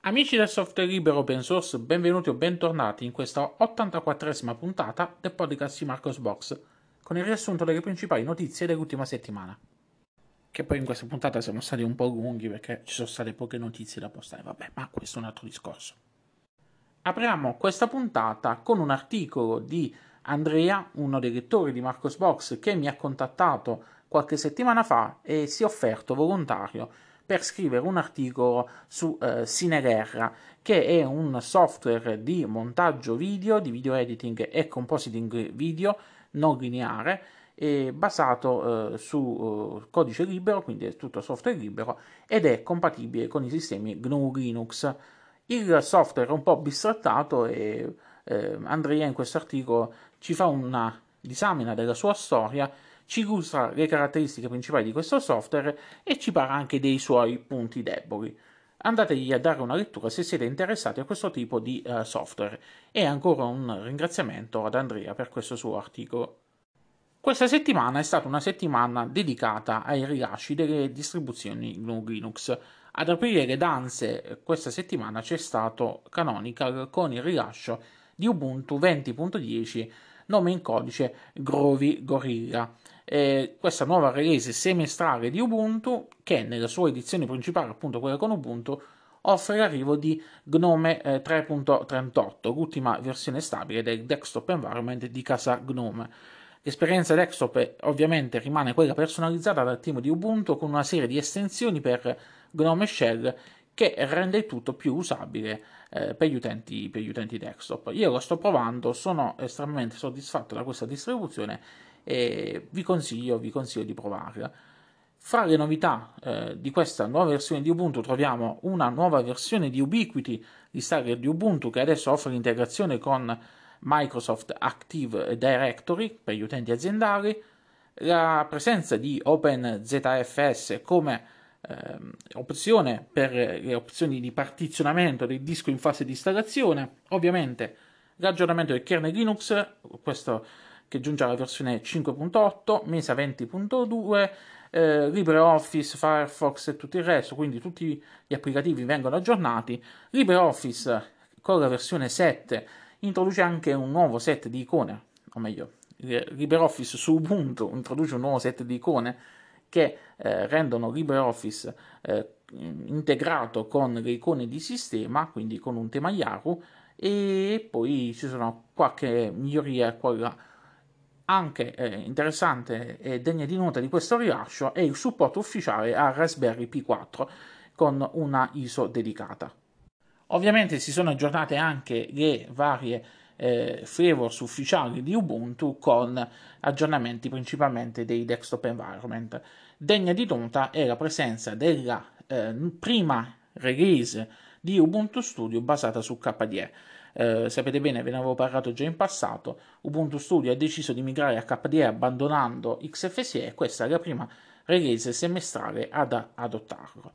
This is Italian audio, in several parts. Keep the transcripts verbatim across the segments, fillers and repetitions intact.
Amici del software libero open source, benvenuti o bentornati in questa ottantaquattresima puntata del podcast di Marcosbox, con il riassunto delle principali notizie dell'ultima settimana. Che poi in questa puntata siamo stati un po' lunghi perché ci sono state poche notizie da postare, vabbè, ma questo è un altro discorso. Apriamo questa puntata con un articolo di Andrea, uno dei lettori di Marcosbox, che mi ha contattato qualche settimana fa e si è offerto volontario per scrivere un articolo su eh, Cineguerra, che è un software di montaggio video, di video editing e compositing video non lineare, è basato eh, su uh, codice libero, quindi è tutto software libero, ed è compatibile con i sistemi G N U Linux. Il software è un po' bistrattato e eh, Andrea in questo articolo ci fa una disamina della sua storia, ci illustra le caratteristiche principali di questo software e ci parla anche dei suoi punti deboli. Andategli a dare una lettura se siete interessati a questo tipo di uh, software. E ancora un ringraziamento ad Andrea per questo suo articolo. Questa settimana è stata una settimana dedicata ai rilasci delle distribuzioni G N U Linux. Ad aprire le danze questa settimana c'è stato Canonical con il rilascio di Ubuntu venti punto dieci, nome in codice Groovy Gorilla. Eh, questa nuova release semestrale di Ubuntu, che nella sua edizione principale, appunto quella con Ubuntu, offre l'arrivo di Gnome eh, tre punto trentotto, l'ultima versione stabile del desktop environment di casa Gnome. L'esperienza desktop ovviamente rimane quella personalizzata dal team di Ubuntu con una serie di estensioni per Gnome Shell che rende il tutto più usabile eh, per, gli utenti, per gli utenti desktop. Io lo sto provando, sono estremamente soddisfatto da questa distribuzione e vi consiglio, vi consiglio di provarla. Fra le novità eh, di questa nuova versione di Ubuntu troviamo una nuova versione di Ubiquiti, l'installer di Ubuntu, che adesso offre l'integrazione con Microsoft Active Directory per gli utenti aziendali, la presenza di OpenZFS come eh, opzione per le opzioni di partizionamento del disco in fase di installazione, ovviamente l'aggiornamento del kernel Linux, questo che giunge alla versione cinque punto otto, Mesa venti punto due, eh, LibreOffice, Firefox e tutto il resto, quindi tutti gli applicativi vengono aggiornati. LibreOffice con la versione sette introduce anche un nuovo set di icone, o meglio, LibreOffice su Ubuntu introduce un nuovo set di icone che eh, rendono LibreOffice eh, integrato con le icone di sistema, quindi con un tema Yaru, e poi ci sono qualche miglioria qua anche eh, interessante e degna di nota di questo rilascio è il supporto ufficiale a Raspberry Pi quattro con una I S O dedicata. Ovviamente si sono aggiornate anche le varie eh, flavors ufficiali di Ubuntu con aggiornamenti principalmente dei desktop environment. Degna di nota è la presenza della eh, prima release di Ubuntu Studio basata su K D E. Eh, sapete bene, ve ne avevo parlato già in passato, Ubuntu Studio ha deciso di migrare a K D E abbandonando X F S E e questa è la prima release semestrale ad adottarlo.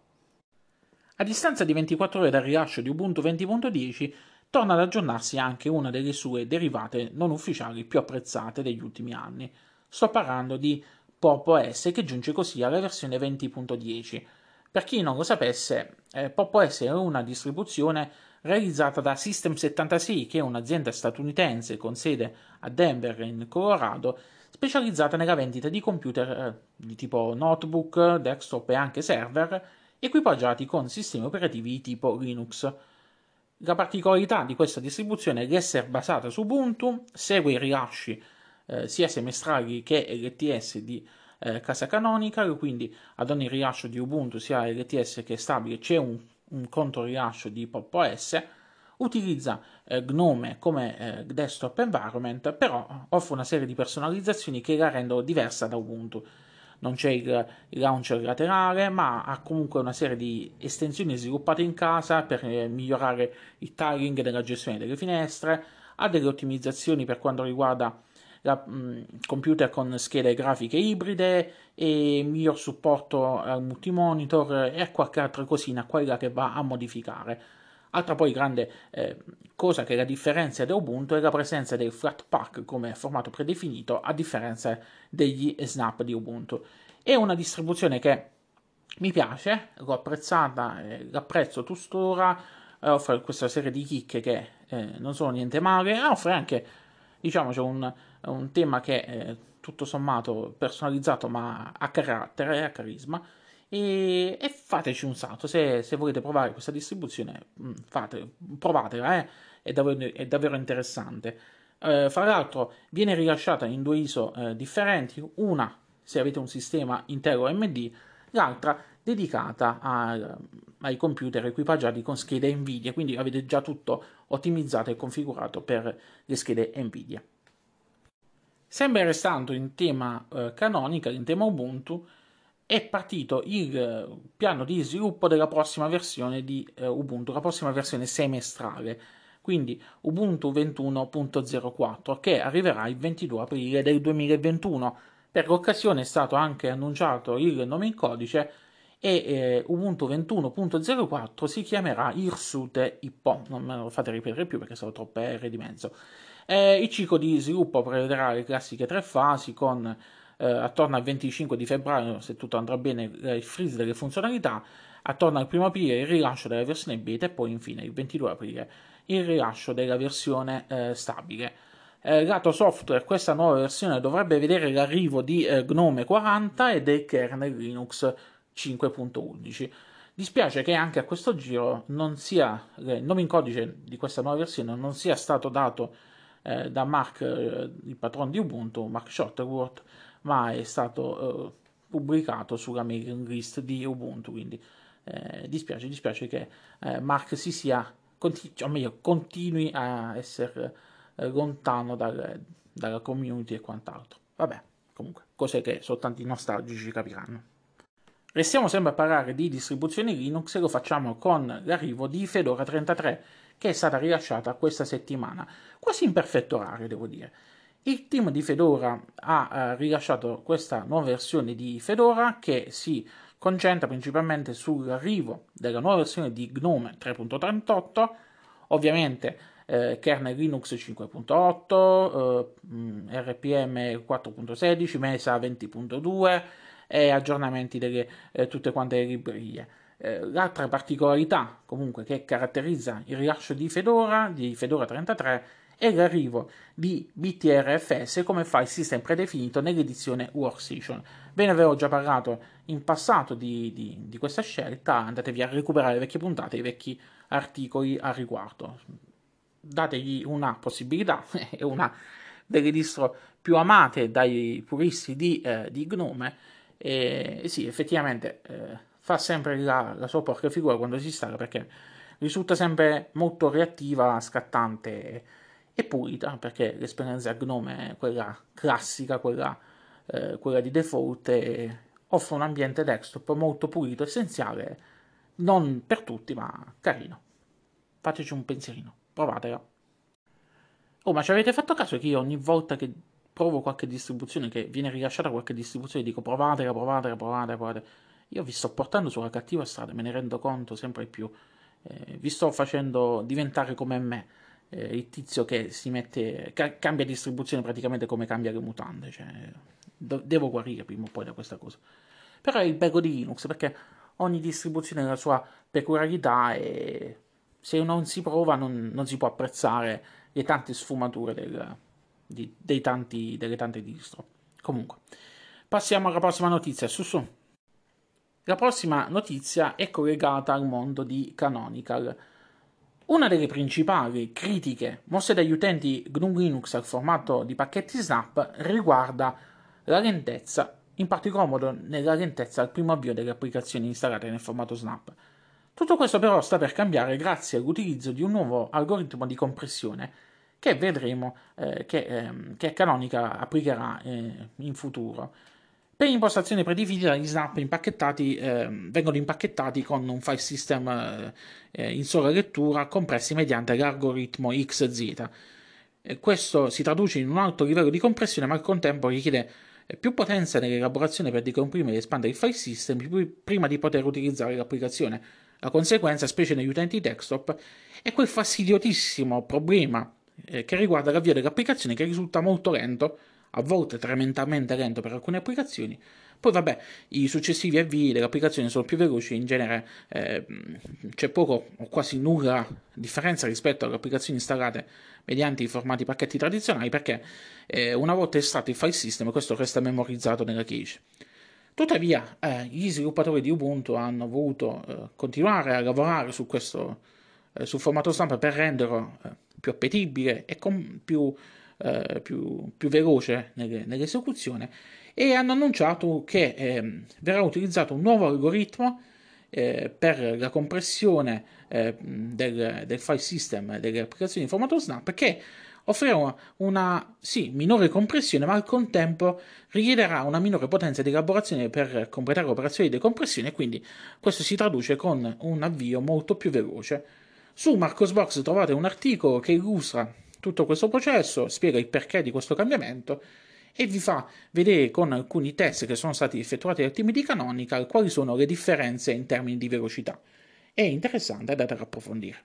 A distanza di ventiquattro ore dal rilascio di Ubuntu venti punto dieci, torna ad aggiornarsi anche una delle sue derivate non ufficiali più apprezzate degli ultimi anni. Sto parlando di PopOS, che giunge così alla versione venti punto dieci. Per chi non lo sapesse, eh, PopOS è una distribuzione realizzata da System settantasei, che è un'azienda statunitense con sede a Denver, in Colorado, specializzata nella vendita di computer eh, di tipo notebook, desktop e anche server, equipaggiati con sistemi operativi di tipo Linux. La particolarità di questa distribuzione è l'essere basata su Ubuntu, segue i rilasci eh, sia semestrali che L T S di eh, casa Canonical, quindi ad ogni rilascio di Ubuntu, sia L T S che stabile, c'è un, un controrilascio di PopOS, utilizza eh, Gnome come eh, desktop environment, però offre una serie di personalizzazioni che la rendono diversa da Ubuntu. Non c'è il, il launcher laterale, ma ha comunque una serie di estensioni sviluppate in casa per eh, migliorare il tiling della gestione delle finestre, ha delle ottimizzazioni per quanto riguarda la, mh, computer con schede grafiche ibride e miglior supporto al multimonitor e qualche altra cosina, quella che va a modificare. Altra poi grande eh, cosa che la differenzia da Ubuntu è la presenza del Flatpak come formato predefinito, a differenza degli snap di Ubuntu. È una distribuzione che mi piace, l'ho apprezzata, eh, l'apprezzo tuttora, eh, offre questa serie di chicche che eh, non sono niente male, ah, offre anche, diciamo, c'è un, un tema che è tutto sommato personalizzato ma ha carattere e ha carisma, e, e fateci un salto, se, se volete provare questa distribuzione, fate, provatela, eh, è, davvero, è davvero interessante. Eh, fra l'altro viene rilasciata in due I S O eh, differenti, una se avete un sistema intero A M D, l'altra dedicata a, ai computer equipaggiati con schede Nvidia, quindi avete già tutto ottimizzato e configurato per le schede Nvidia. Sempre restando in tema eh, Canonical, in tema Ubuntu, è partito il eh, piano di sviluppo della prossima versione di eh, Ubuntu, la prossima versione semestrale, quindi Ubuntu ventuno punto zero quattro, che arriverà il ventidue aprile del duemilaventuno. Per l'occasione è stato anche annunciato il nome in codice e eh, Ubuntu ventuno punto zero quattro si chiamerà Hirsute Hippo. Non me lo fate ripetere più perché sono troppe R di mezzo. Eh, il ciclo di sviluppo prevederà le classiche tre fasi con eh, attorno al venticinque di febbraio, se tutto andrà bene, eh, il freeze delle funzionalità, attorno al primo aprile il rilascio della versione beta e poi infine il ventidue aprile il rilascio della versione eh, stabile. Eh, lato software, questa nuova versione dovrebbe vedere l'arrivo di eh, Gnome quaranta e del kernel Linux cinque punto undici. Dispiace che anche a questo giro non sia, eh, il nome in codice di questa nuova versione non sia stato dato eh, da Mark, eh, il patron di Ubuntu, Mark Shuttleworth, ma è stato eh, pubblicato sulla mailing list di Ubuntu, quindi eh, dispiace, dispiace che eh, Mark si sia, continu- o meglio, continui a essere eh, lontano dal, dalla community e quant'altro. Vabbè, comunque, cose che soltanto i nostalgici capiranno. Restiamo sempre a parlare di distribuzioni Linux e lo facciamo con l'arrivo di Fedora trentatré, che è stata rilasciata questa settimana, quasi in perfetto orario, devo dire. Il team di Fedora ha eh, rilasciato questa nuova versione di Fedora che si concentra principalmente sull'arrivo della nuova versione di Gnome tre punto trentotto, ovviamente eh, kernel Linux cinque punto otto, eh, R P M quattro punto sedici, Mesa venti punto due e aggiornamenti delle eh, tutte quante le librerie. Eh, l'altra particolarità comunque che caratterizza il rilascio di Fedora, di Fedora trentatré, è l'arrivo di B T R F S come file system predefinito nell'edizione Workstation. Ve ne avevo già parlato in passato di, di, di questa scelta, andatevi a recuperare le vecchie puntate, i vecchi articoli a riguardo. Dategli una possibilità, è una delle distro più amate dai puristi di, eh, di Gnome, e sì, effettivamente eh, fa sempre la, la sua porca figura quando si installa perché risulta sempre molto reattiva, scattante e pulita, perché l'esperienza Gnome è quella classica, quella, eh, quella di default, e offre un ambiente desktop molto pulito, essenziale, non per tutti, ma carino. Fateci un pensierino, provatela. Oh, ma ci avete fatto caso che io ogni volta che provo qualche distribuzione, che viene rilasciata qualche distribuzione, dico provatela, provatela, provatela, provatela. Io vi sto portando sulla cattiva strada, me ne rendo conto sempre più. Eh, vi sto facendo diventare come me, eh, il tizio che si mette, ca- cambia distribuzione praticamente come cambia le mutande. Cioè, do- devo guarire prima o poi da questa cosa. Però è il bello di Linux, perché ogni distribuzione ha la sua peculiarità e se non si prova non, non si può apprezzare le tante sfumature del, di, dei tanti, delle tante distro. Comunque, passiamo alla prossima notizia. Su su. La prossima notizia è collegata al mondo di Canonical. Una delle principali critiche mosse dagli utenti G N U Linux al formato di pacchetti Snap riguarda la lentezza, in particolar modo nella lentezza al primo avvio delle applicazioni installate nel formato Snap. Tutto questo però sta per cambiare grazie all'utilizzo di un nuovo algoritmo di compressione che vedremo eh, che, ehm, che Canonical applicherà eh, in futuro. Per impostazioni predefinite gli snap impacchettati eh, vengono impacchettati con un file system eh, in sola lettura compressi mediante l'algoritmo X Z. E questo si traduce in un alto livello di compressione, ma al contempo richiede più potenza nell'elaborazione per decomprimere e espandere il file system prima di poter utilizzare l'applicazione. La conseguenza, specie negli utenti desktop, è quel fastidiosissimo problema eh, che riguarda l'avvio dell'applicazione che risulta molto lento a volte tremendamente lento per alcune applicazioni. Poi vabbè, i successivi avvii dell'applicazione sono più veloci, in genere eh, c'è poco o quasi nulla differenza rispetto alle applicazioni installate mediante i formati pacchetti tradizionali, perché eh, una volta estratto il file system questo resta memorizzato nella cache. Tuttavia, eh, gli sviluppatori di Ubuntu hanno voluto eh, continuare a lavorare su questo, eh, sul formato stampa per renderlo eh, più appetibile e con, più, eh, più, più veloce nelle, nell'esecuzione, e hanno annunciato che eh, verrà utilizzato un nuovo algoritmo eh, per la compressione eh, del, del file system delle applicazioni in formato snap, che offrirà una sì, minore compressione, ma al contempo richiederà una minore potenza di elaborazione per completare l'operazione di decompressione, quindi questo si traduce con un avvio molto più veloce. Su Marcosbox trovate un articolo che illustra tutto questo processo, spiega il perché di questo cambiamento e vi fa vedere con alcuni test che sono stati effettuati dal team di Canonical quali sono le differenze in termini di velocità. È interessante, è da approfondire.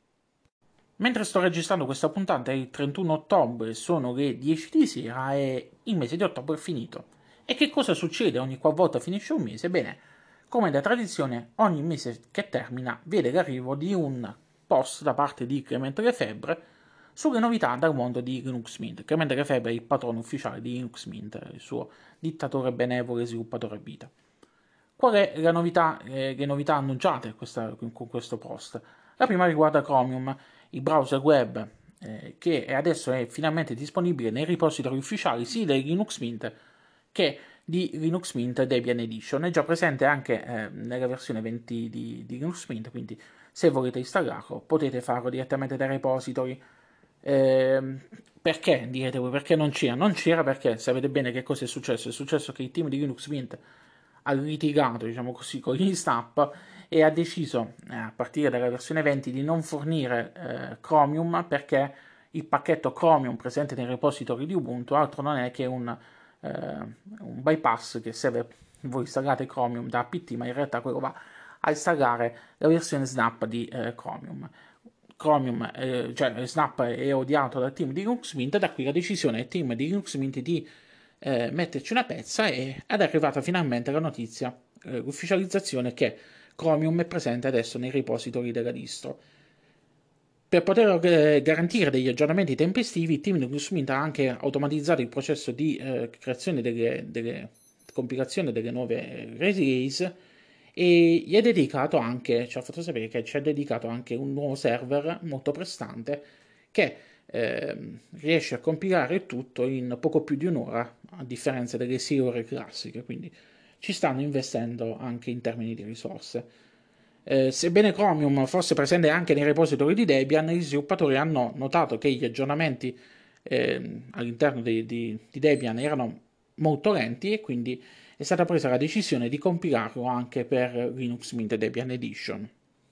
Mentre sto registrando questa puntata è il trentuno ottobre, sono le dieci di sera e il mese di ottobre è finito. E che cosa succede ogni qualvolta finisce un mese? Bene, come da tradizione, ogni mese che termina vede l'arrivo di un post da parte di Clemente Lefebvre sulle novità dal mondo di Linux Mint. Clemente Lefebvre è il patrono ufficiale di Linux Mint, il suo dittatore benevolo e sviluppatore a vita. Qual è la novità, eh, le novità annunciate questa, con questo post? La prima riguarda Chromium, il browser web eh, che adesso è finalmente disponibile nei repository ufficiali sia di Linux Mint che di Linux Mint Debian Edition. È già presente anche eh, nella versione venti di, di Linux Mint, quindi se volete installarlo potete farlo direttamente dai repository. Eh, perché? Direte voi, perché non c'era? Non c'era perché, sapete bene che cosa è successo? È successo che il team di Linux Mint ha litigato, diciamo così, con gli Snap e ha deciso, eh, a partire dalla versione venti, di non fornire eh, Chromium, perché il pacchetto Chromium presente nei repository di Ubuntu altro non è che un, eh, un bypass che serve, voi installate Chromium da apt, ma in realtà quello va a installare la versione Snap di eh, Chromium. Chromium, eh, cioè Snap è odiato dal team di Linux Mint, da qui la decisione del team di Linux Mint di eh, metterci una pezza, e è arrivata finalmente la notizia, eh, l'ufficializzazione che Chromium è presente adesso nei repository della distro. Per poter eh, garantire degli aggiornamenti tempestivi, il team di Linux Mint ha anche automatizzato il processo di eh, creazione delle, delle compilazione delle nuove release e gli è dedicato anche, ci ha fatto sapere che ci ha dedicato anche un nuovo server molto prestante che eh, riesce a compilare tutto in poco più di un'ora, a differenza delle sei ore classiche, quindi ci stanno investendo anche in termini di risorse. Eh, sebbene Chromium fosse presente anche nei repository di Debian, gli sviluppatori hanno notato che gli aggiornamenti eh, all'interno di, di, di Debian erano molto lenti e quindi è stata presa la decisione di compilarlo anche per Linux Mint Debian Edition.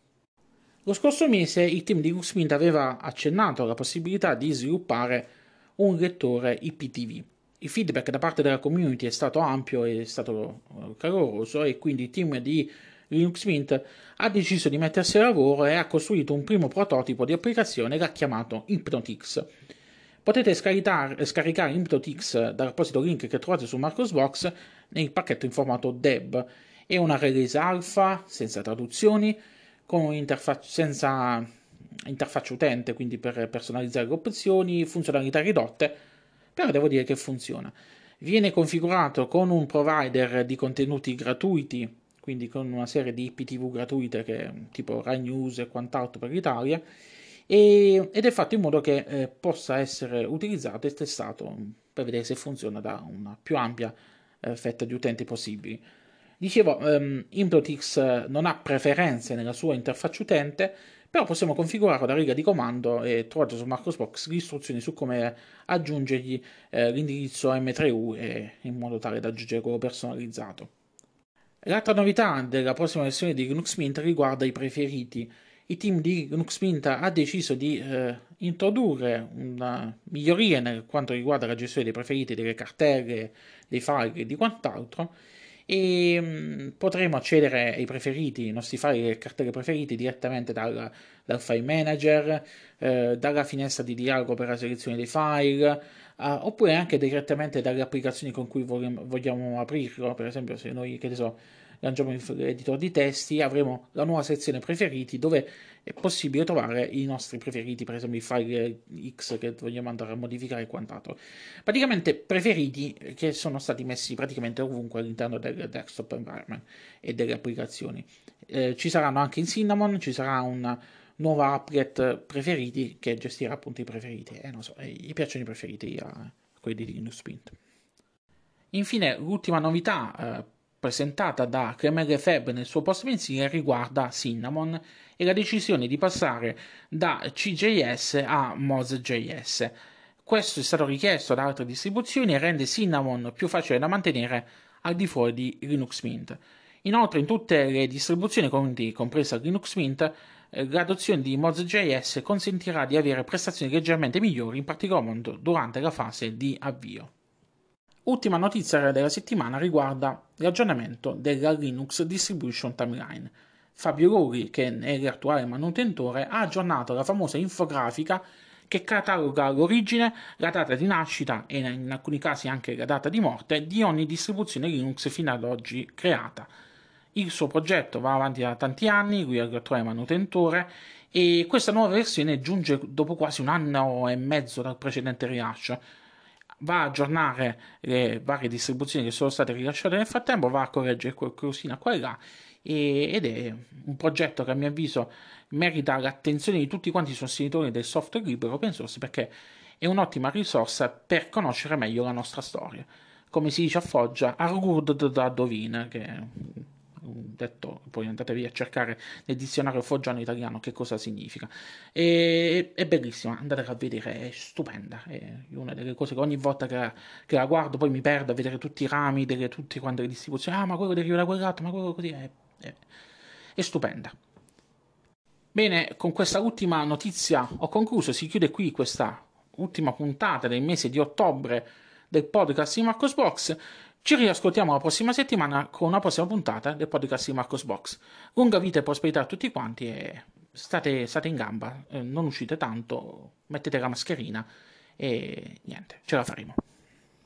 Lo scorso mese il team di Linux Mint aveva accennato alla possibilità di sviluppare un lettore I P T V. Il feedback da parte della community è stato ampio e è stato caloroso, e quindi il team di Linux Mint ha deciso di mettersi a lavoro e ha costruito un primo prototipo di applicazione che ha chiamato Hypnotix. Potete scaricare, scaricare Hypnotix dall'apposito link che trovate su Marcosbox nel pacchetto in formato deb. È una release alfa, senza traduzioni, con un'interfaccia senza interfaccia utente, quindi per personalizzare le opzioni, funzionalità ridotte, però devo dire che funziona. Viene configurato con un provider di contenuti gratuiti, quindi con una serie di I P T V gratuite che, tipo Rai News e quant'altro per l'Italia, e, ed è fatto in modo che eh, possa essere utilizzato e testato per vedere se funziona da una più ampia eh, fetta di utenti possibili. Dicevo, um, Improtix non ha preferenze nella sua interfaccia utente, però possiamo configurarlo da riga di comando e trovate su Marcosbox le istruzioni su come aggiungergli eh, l'indirizzo M tre U e, in modo tale da aggiungere quello personalizzato. L'altra novità della prossima versione di Linux Mint riguarda i preferiti. Il team di Linux Mint ha deciso di eh, introdurre una miglioria per quanto riguarda la gestione dei preferiti, delle cartelle, dei file e di quant'altro, e mh, potremo accedere ai preferiti, i nostri file e cartelle preferiti direttamente dal, dal file manager, eh, dalla finestra di dialogo per la selezione dei file, Uh, oppure anche direttamente dalle applicazioni con cui vogliamo, vogliamo aprirlo. Per esempio, se noi, che ne so, lanciamo l'editor di testi, avremo la nuova sezione preferiti dove è possibile trovare i nostri preferiti, per esempio i file X che vogliamo andare a modificare e quant'altro. Praticamente preferiti che sono stati messi praticamente ovunque all'interno del desktop environment e delle applicazioni. Eh, ci saranno anche in Cinnamon, ci sarà una nuova applet preferiti che gestirà appunto i preferiti. Eh, non so, eh, gli piacciono i preferiti a, a quelli di Linux Mint. Infine, l'ultima novità eh, presentata da CremeLefeb nel suo post mensile riguarda Cinnamon e la decisione di passare da C J S a Moz.js. Questo è stato richiesto da altre distribuzioni e rende Cinnamon più facile da mantenere al di fuori di Linux Mint. Inoltre, in tutte le distribuzioni, compresa Linux Mint, l'adozione di Moz.js consentirà di avere prestazioni leggermente migliori, in particolar modo durante la fase di avvio. Ultima notizia della settimana riguarda l'aggiornamento della Linux Distribution Timeline. Fabio Lori, che è l'attuale manutentore, ha aggiornato la famosa infografica che cataloga l'origine, la data di nascita e in alcuni casi anche la data di morte di ogni distribuzione Linux fino ad oggi creata. Il suo progetto va avanti da tanti anni, lui è l'attuale manutentore, e questa nuova versione giunge dopo quasi un anno e mezzo dal precedente rilascio. Va a aggiornare le varie distribuzioni che sono state rilasciate nel frattempo, va a correggere qualcosina qua e là, ed è un progetto che a mio avviso merita l'attenzione di tutti quanti i sostenitori del software libero open source, perché è un'ottima risorsa per conoscere meglio la nostra storia. Come si dice a Foggia, Argurd da Dovin, che è un detto, poi andatevi a cercare nel dizionario foggiano italiano che cosa significa. E, è bellissima, andatela a vedere, è stupenda, è una delle cose che ogni volta che la, che la guardo poi mi perdo a vedere tutti i rami, delle, tutte quante le distribuzioni, ah ma quello deriva da quell'altro, ma quello così, è, è, è stupenda. Bene, con questa ultima notizia ho concluso, si chiude qui questa ultima puntata del mese di ottobre del podcast di Marcosbox. Ci riascoltiamo la prossima settimana con una prossima puntata del podcast di Marcosbox. Lunga vita e prosperità a tutti quanti e state, state in gamba, eh, non uscite tanto, mettete la mascherina e niente, ce la faremo.